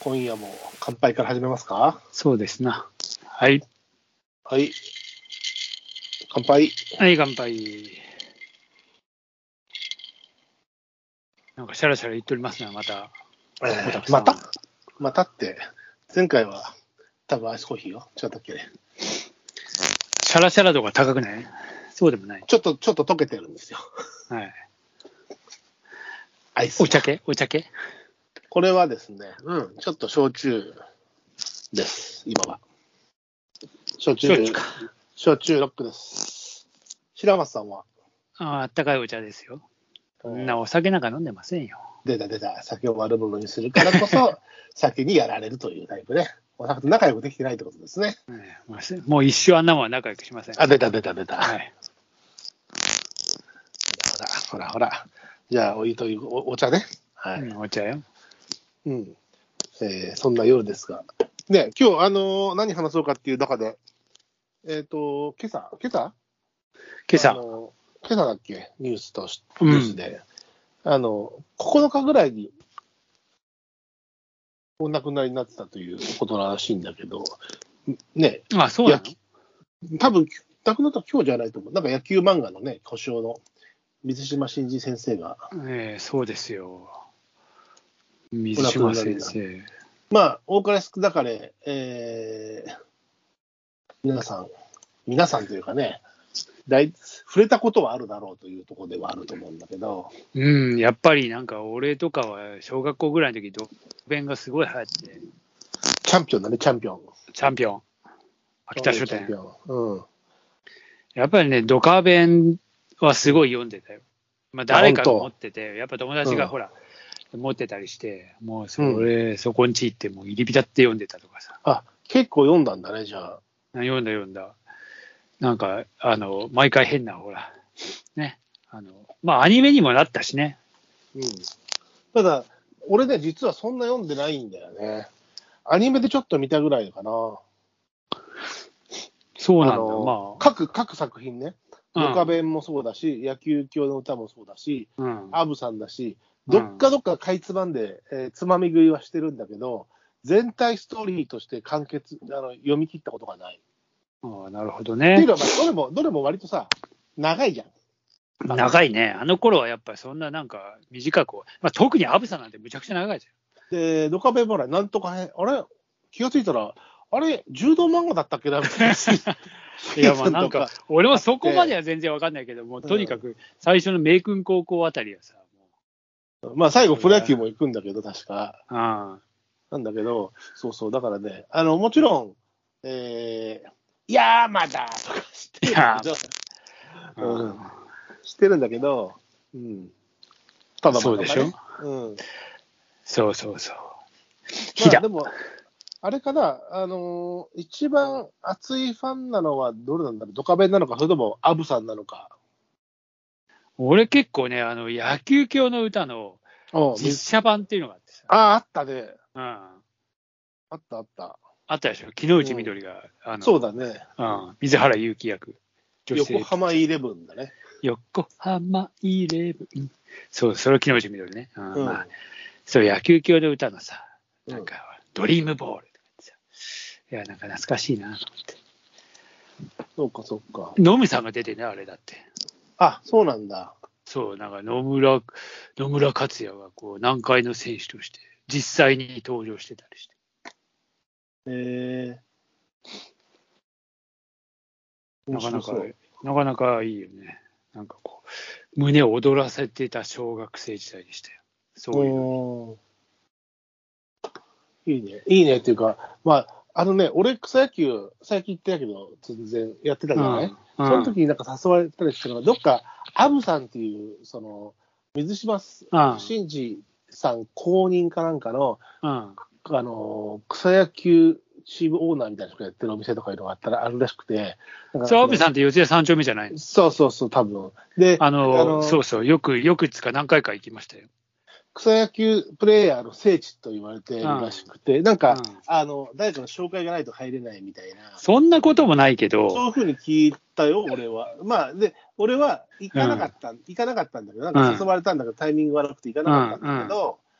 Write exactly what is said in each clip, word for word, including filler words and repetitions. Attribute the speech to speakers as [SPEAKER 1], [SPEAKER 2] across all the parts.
[SPEAKER 1] 今夜も乾杯から始めますか？
[SPEAKER 2] そうですな。はい。
[SPEAKER 1] はい。乾杯。
[SPEAKER 2] はい、乾杯。なんかシャラシャラ言っておりますね、また。
[SPEAKER 1] えー、またまたって、前回は多分アイスコーヒーよ。違ったっけね。
[SPEAKER 2] シャラシャラ度が高くない？そうでもない。
[SPEAKER 1] ちょっと、ちょっと溶けてるんですよ。
[SPEAKER 2] はい。
[SPEAKER 1] アイス。
[SPEAKER 2] お茶系お茶系
[SPEAKER 1] これはですね、うん、ちょっと焼酎です、今は。焼酎、
[SPEAKER 2] 焼酎か。
[SPEAKER 1] 焼酎ロックです。白松さんは？
[SPEAKER 2] ああ、あったかいお茶ですよ。そんなお酒なんか飲んでませんよ。
[SPEAKER 1] 出た出た。酒を悪者にするからこそ、酒にやられるというタイプね。お酒と仲良くできてないってことですね。
[SPEAKER 2] はい、もう一生あんなもんは仲良くしません。
[SPEAKER 1] あ、出た出た出た。
[SPEAKER 2] はい。
[SPEAKER 1] ほらほらほら。じゃあ、お湯という お, お茶ね。はい、
[SPEAKER 2] うん。お茶よ。
[SPEAKER 1] うん。えー、そんな夜ですが。ね、今日、あのー、何話そうかっていう中で、えっ、ー、と、今朝、今朝
[SPEAKER 2] 今朝。
[SPEAKER 1] あのー、今朝だっけニュースとし、ニュースで、うん、あの、ここのかぐらいにお亡くなりになってたということらしいんだけど、ね。
[SPEAKER 2] あ、そうな
[SPEAKER 1] の多分、亡くなったら今日じゃないと思う。なんか野球漫画のね、故障の水島新司先生が。
[SPEAKER 2] えー、そうですよ。水島先生。
[SPEAKER 1] まあ、多かれ少なかれ、えー、皆さん、皆さんというかね、大触れたことはあるだろうというところではあると思うんだけど。
[SPEAKER 2] うん、やっぱりなんか俺とかは小学校ぐらいの時ドカベンがすごい流行って。
[SPEAKER 1] チャンピオンだね、チャンピオン。
[SPEAKER 2] チャンピオン。秋田書店。
[SPEAKER 1] うん。
[SPEAKER 2] やっぱりね、ドカベンはすごい読んでたよ。まあ誰かが持ってて、やっぱ友達がほら、うん、持ってたりして、もうそれ、うん、そこんち行ってもう入り浸って読んでたとかさ。
[SPEAKER 1] あ、結構読んだんだね、じゃあ。
[SPEAKER 2] 読んだ読んだ。なんか、あの、毎回変な、ほら、ね。あの、まあ、アニメにもなったしね。
[SPEAKER 1] うん。ただ、俺ね、実はそんな読んでないんだよね。アニメでちょっと見たぐらいかな。
[SPEAKER 2] そうなんだ、まあ。
[SPEAKER 1] 各、各作品ね。ドカベンもそうだし、野球教の歌もそうだし、うん、アブさんだし、どっかどっかかいつまんで、えー、つまみ食いはしてるんだけど、全体ストーリーとして完結、あの読み切ったことがない。
[SPEAKER 2] ああ、なるほどね。
[SPEAKER 1] っていうのは、どれも、どれも割とさ、長いじゃん。
[SPEAKER 2] 長いね。あの頃はやっぱりそんななんか短く、まあ、特にアブさんなんてむちゃくちゃ長いじ
[SPEAKER 1] ゃん。で、ドカベンもらなんとか、あれ気がついたら、あれ柔道漫画だったっけなみたいな。
[SPEAKER 2] いや、まあなんか、俺もそこまでは全然わかんないけども、とにかく最初の明君高校あたりはさ、
[SPEAKER 1] もうまあ最後プロ野球も行くんだけど、確か。
[SPEAKER 2] ああ
[SPEAKER 1] なんだけど、そうそう、だからね、あの、もちろん、えー、いやーまだとか知ってるんだけど、うん、知ってるんだけど、うん。
[SPEAKER 2] ただそうでしょ、
[SPEAKER 1] うん。
[SPEAKER 2] そうそうそう。
[SPEAKER 1] まあでも、あれかな、あのー、一番熱いファンなのはどれなんだろう、ドカベンなのか、それともアブさんなのか。
[SPEAKER 2] 俺結構ね、あの、野球教の歌の実写版っていうのがあってさ。
[SPEAKER 1] ああ、あったね。
[SPEAKER 2] うん。あ
[SPEAKER 1] ったあった。
[SPEAKER 2] あったでしょ、木之内みどりが、
[SPEAKER 1] うん、あの。そうだね。
[SPEAKER 2] うん。水原勇気役。
[SPEAKER 1] 横浜イレブンだね。
[SPEAKER 2] 横浜イレブン。そう、それは木之内みどりね。うん。うん、まあ、そう、野球教の歌のさ、なんか、うん、ドリームボールとかってさ。いや、なんか懐かしいなと思って。
[SPEAKER 1] そうか、そうか。
[SPEAKER 2] 野村さんが出てね、あれだって。
[SPEAKER 1] あ、そうなんだ。
[SPEAKER 2] そう、なんか野村、野村克也がこう、南海の選手として、実際に登場してたりして。
[SPEAKER 1] へえ
[SPEAKER 2] ー。なかなか、なかなかいいよね。なんかこう、胸を躍らせてた小学生時代でしたよ。そういう。
[SPEAKER 1] いいね。いいねっていうか、まあ、あのね、俺、草野球、最近言ってたけど、全然やってたじゃない、うんうん、その時になんか誘われたりしたのが、どっか、アブさんっていう、その、水島新司さん公認かなんかの、うん、あの、草野球チームオーナーみたいな人がやってるお店とかいうのがあったらあるらしくて。
[SPEAKER 2] そう、アブさんって四谷三丁目じゃないの？
[SPEAKER 1] そうそうそう、多分。で、
[SPEAKER 2] あの、あのそうそう、よく、よくつか何回か行きましたよ。
[SPEAKER 1] 草野球プレーヤーの聖地と言われているらしくて、うん、なんか、うん、あの、誰かの紹介がないと入れないみたいな。
[SPEAKER 2] そんなこともないけど。
[SPEAKER 1] そういうふうに聞いたよ、俺は。まあ、で、俺は行かなかった、うん、行かなかったんだけど、なんか誘われたんだけど、タイミング悪くて行かなかったんだけど、うんうん、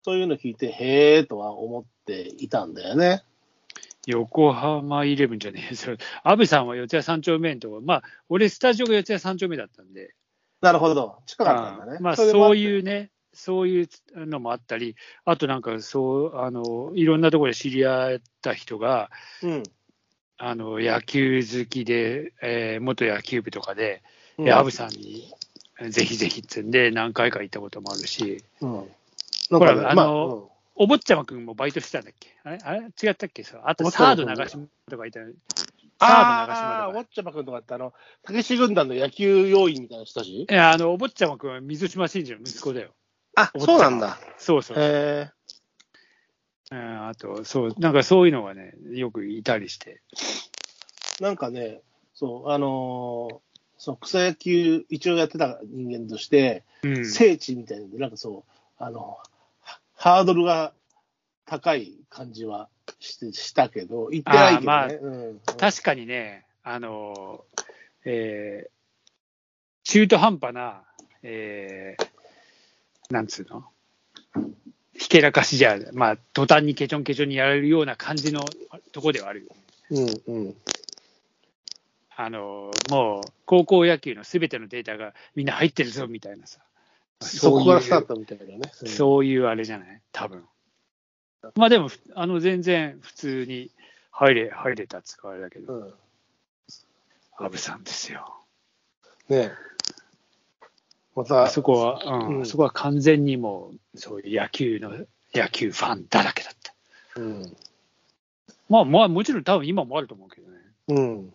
[SPEAKER 1] そういうの聞いて、へーとは思っていたんだよね。
[SPEAKER 2] 横浜イレブンじゃねえ、それ、アブさんは四谷三丁目のとこ、まあ、俺、スタジオが四谷三丁目だったんで、
[SPEAKER 1] なるほど。近かったんだね。
[SPEAKER 2] あまあ、
[SPEAKER 1] それでも
[SPEAKER 2] そう
[SPEAKER 1] あって
[SPEAKER 2] いうね、そういうのもあったり、あとなんか、そう、あの、いろんなところで知り合った人が、
[SPEAKER 1] うん。
[SPEAKER 2] あの、野球好きで、えー元野球部とかで、
[SPEAKER 1] うん
[SPEAKER 2] えアブさんにぜひぜひっつんで何回か行ったこともあるし、
[SPEAKER 1] うん。なん
[SPEAKER 2] ほら、
[SPEAKER 1] かね、まあ、
[SPEAKER 2] あの、
[SPEAKER 1] うん
[SPEAKER 2] お坊ちゃまくんもバイトしてたんだっけあれあれ違ったっけそうあと、
[SPEAKER 1] お坊ちゃまくん
[SPEAKER 2] サード長島とかいたサード長島
[SPEAKER 1] ああ、ウォ
[SPEAKER 2] とか。
[SPEAKER 1] ッチャマ君とかって、あの、たけし軍団の野球要員みたいな人たち
[SPEAKER 2] いや、あの、お坊ちゃまくんは水島新司の息子だよ。
[SPEAKER 1] あ、
[SPEAKER 2] お坊ちゃま
[SPEAKER 1] そうなんだ。
[SPEAKER 2] そうそうそう。
[SPEAKER 1] へ
[SPEAKER 2] うんあと、そう、なんかそういうのがね、よくいたりして。
[SPEAKER 1] え。なんかね、そう、あのーそう、草野球一応やってた人間として、
[SPEAKER 2] うん。
[SPEAKER 1] 聖地みたいなんで、なんかそう、あの、ハハードルが高い感じはしてしたけど、行ってないけど
[SPEAKER 2] あー
[SPEAKER 1] ね。うん、
[SPEAKER 2] 確かにね、あの、えー中途半端な、えーなんつうのひけらかしじゃ、まあ、途端にケチョンケチョンにやられるような感じのとこではあるよ。
[SPEAKER 1] うん、うん。
[SPEAKER 2] あの、もう、高校野球のすべてのデータがみんな入ってるぞ、みたいなさ。
[SPEAKER 1] そこからスタートみたいなね。うん
[SPEAKER 2] そういうあれじゃない多分。まあでも、あの、全然普通に入れ、入れた使われだけど、
[SPEAKER 1] うん、
[SPEAKER 2] アブさんですよ。
[SPEAKER 1] ねえ。ま
[SPEAKER 2] あ
[SPEAKER 1] た、
[SPEAKER 2] そこは、うん
[SPEAKER 1] うん
[SPEAKER 2] そこは完全にもう、そういう野球の、野球ファンだらけだった。
[SPEAKER 1] うん。
[SPEAKER 2] まあ、まあ、もちろん多分今もあると思うけどね。
[SPEAKER 1] うん。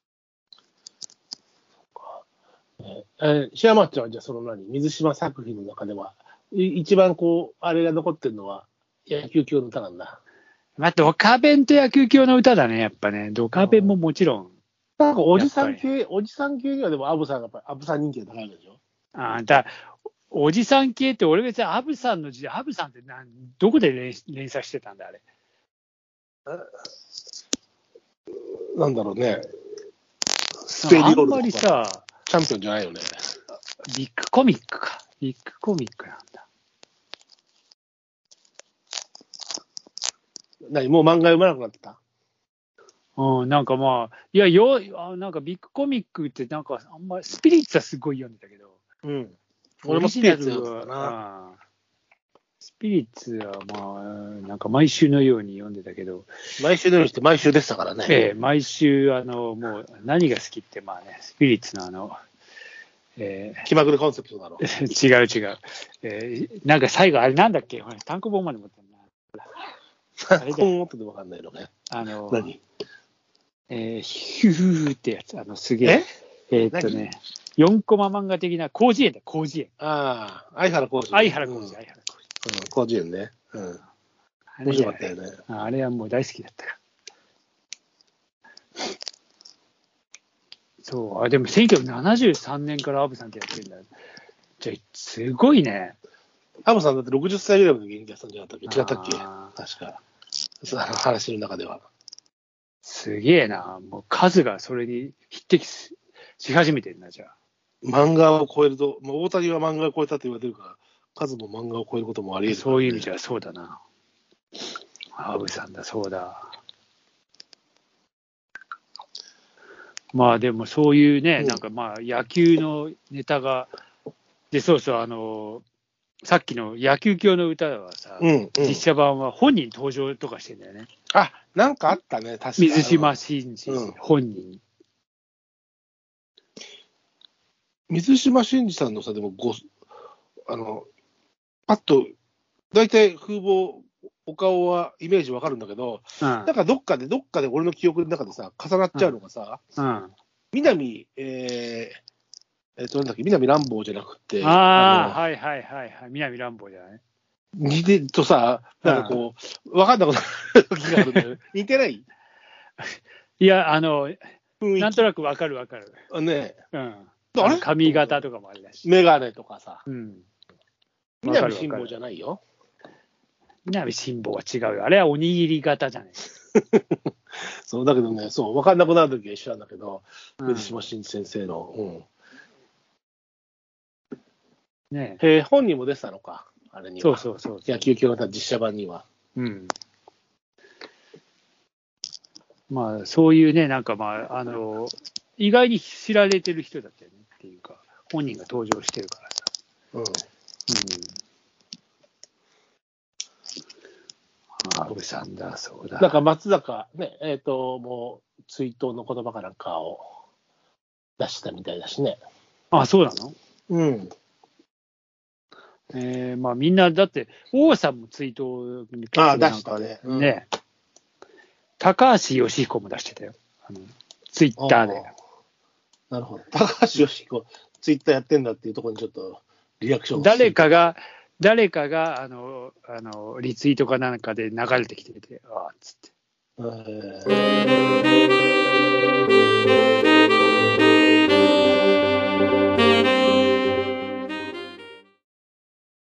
[SPEAKER 1] えー、シアマッチはじゃあその何、水島作品の中では、い一番こう、あれが残ってるのは野球教の歌なんだ。
[SPEAKER 2] まあ、ドカベンと野球教の歌だね、やっぱね。ドカベンももちろん。
[SPEAKER 1] なんかおじさん
[SPEAKER 2] やっぱ
[SPEAKER 1] 系、おじさん系にはでもアブさんがやっぱり、アブさん人気が高いわけでしょ。
[SPEAKER 2] あだおじさん系って俺別にアブさんの時代、アブさんって何どこで連連載してたんだ、あれ。
[SPEAKER 1] なんだろうね。スペリオール
[SPEAKER 2] あんまりさ、
[SPEAKER 1] チャンピオンじゃないよね。
[SPEAKER 2] ビッグコミックか。ビッグコミックなんだ。
[SPEAKER 1] 何もう漫画読まなくなってた？
[SPEAKER 2] うん、なんかまあ、いや、よあなんかビッグコミックってなんかあんまり、スピリッツはすごい読んでたけど、
[SPEAKER 1] うん。俺もスピリッツ読んでたな。
[SPEAKER 2] な。スピリッツはまあ、なんか毎週のように読んでたけど、
[SPEAKER 1] 毎週のようにして毎週でしたからね。
[SPEAKER 2] ええ、毎週、あの、もう何が好きって、まあね、スピリッツのあの、え
[SPEAKER 1] 気まぐれコンセプトだろ。
[SPEAKER 2] ー、違う違う。えー、なんか最後、あれなんだっけほら単行本まで持ってるな。あれだ
[SPEAKER 1] こう思っててわかんないのね。
[SPEAKER 2] あの、
[SPEAKER 1] 何
[SPEAKER 2] えー、ヒューってやつ、あの、すげえ。
[SPEAKER 1] え
[SPEAKER 2] えーっとね、よんコマ漫画的な、広辞苑だ、広辞苑。
[SPEAKER 1] ああ、相原浩二。
[SPEAKER 2] 相原浩二、
[SPEAKER 1] うん、
[SPEAKER 2] 相原浩
[SPEAKER 1] うん、広辞苑ね。うん。
[SPEAKER 2] 二。
[SPEAKER 1] 面白かったよね。
[SPEAKER 2] あれはもう大好きだったから。そう、あでもせんきゅうひゃくななじゅうさんねんからアブさんってやってるんだ。じゃあ、すごいね。
[SPEAKER 1] アブさんだってろくじゅっさいぐらいまで元気やったんじゃなかったっけ？違ったっけ？
[SPEAKER 2] あー
[SPEAKER 1] 確か。その話の中では。
[SPEAKER 2] すげえな。もう数がそれに匹敵し始めてるな、じゃあ。
[SPEAKER 1] 漫画を超えると、もう大谷は漫画を超えたって言われてるから、数も漫画を超えることもあり得るからね、
[SPEAKER 2] そういう意味じゃそうだな。アブさんだ、そうだ。まあでもそういうね、
[SPEAKER 1] うん
[SPEAKER 2] なんかまあ野球のネタが、で、そうそう、あの、さっきの野球教の歌はさ、
[SPEAKER 1] うん、うん。
[SPEAKER 2] 実写版は本人登場とかしてんだよね。
[SPEAKER 1] あ、なんかあったね、確か
[SPEAKER 2] 水島新司
[SPEAKER 1] うん
[SPEAKER 2] 本人。
[SPEAKER 1] 水島新司さんのさ、でもご、あの、パッと、大体風貌、お顔はイメージわかるんだけど、
[SPEAKER 2] うん。
[SPEAKER 1] なんかどっかで、どっかで俺の記憶の中でさ、重なっちゃうのがさ、
[SPEAKER 2] うん。
[SPEAKER 1] 南、えー、えっと、なんだっけ、南乱暴じゃなくて、
[SPEAKER 2] ああ、
[SPEAKER 1] の
[SPEAKER 2] はいはいはいはい。南乱暴じゃない
[SPEAKER 1] 似てるとさ、なんかこう、わかんなくなる時があるんだよね。似てない
[SPEAKER 2] いや、あの、
[SPEAKER 1] 雰囲
[SPEAKER 2] なんとなくわかるわかる。
[SPEAKER 1] 気。ね
[SPEAKER 2] うん。
[SPEAKER 1] あれ
[SPEAKER 2] 髪型とかもあれだし。
[SPEAKER 1] メガネとかさ。
[SPEAKER 2] うん。
[SPEAKER 1] 南辛坊じゃないよ。
[SPEAKER 2] 南辛坊は違うよ。あれはおにぎり型じゃない。
[SPEAKER 1] そう、だけどね、そう、わかんなくなる時は一緒なんだけど、
[SPEAKER 2] うん
[SPEAKER 1] 水島新司先生の。うん。
[SPEAKER 2] ね
[SPEAKER 1] へえ、本人も出てたのか。 あれには。
[SPEAKER 2] そうそうそうそう。
[SPEAKER 1] 野球教科実写版には。
[SPEAKER 2] うん。まあ、そういうね、なんかまあ、あの、意外に知られてる人だったよねっていうか、本人が登場してるからさ。
[SPEAKER 1] うん。うん。
[SPEAKER 2] アブサンダー、そうだ。
[SPEAKER 1] なんか松坂、ね、えっ、ー、と、もう、追悼の言葉かなんかを出したみたいだしね。
[SPEAKER 2] あ、そうなの？
[SPEAKER 1] うん。
[SPEAKER 2] えー、まあみんな、だって、王さんも追悼に結
[SPEAKER 1] 構
[SPEAKER 2] なんかね、うん、ね、高橋義彦も出してたよ。あのツイッターで。
[SPEAKER 1] なるほど。高橋義彦、ツイッターやってんだっていうところにちょっとリアクション
[SPEAKER 2] 誰かが、誰かが、あの、あの、リツイートかなんかで流れてきてて、ああ、つって。えー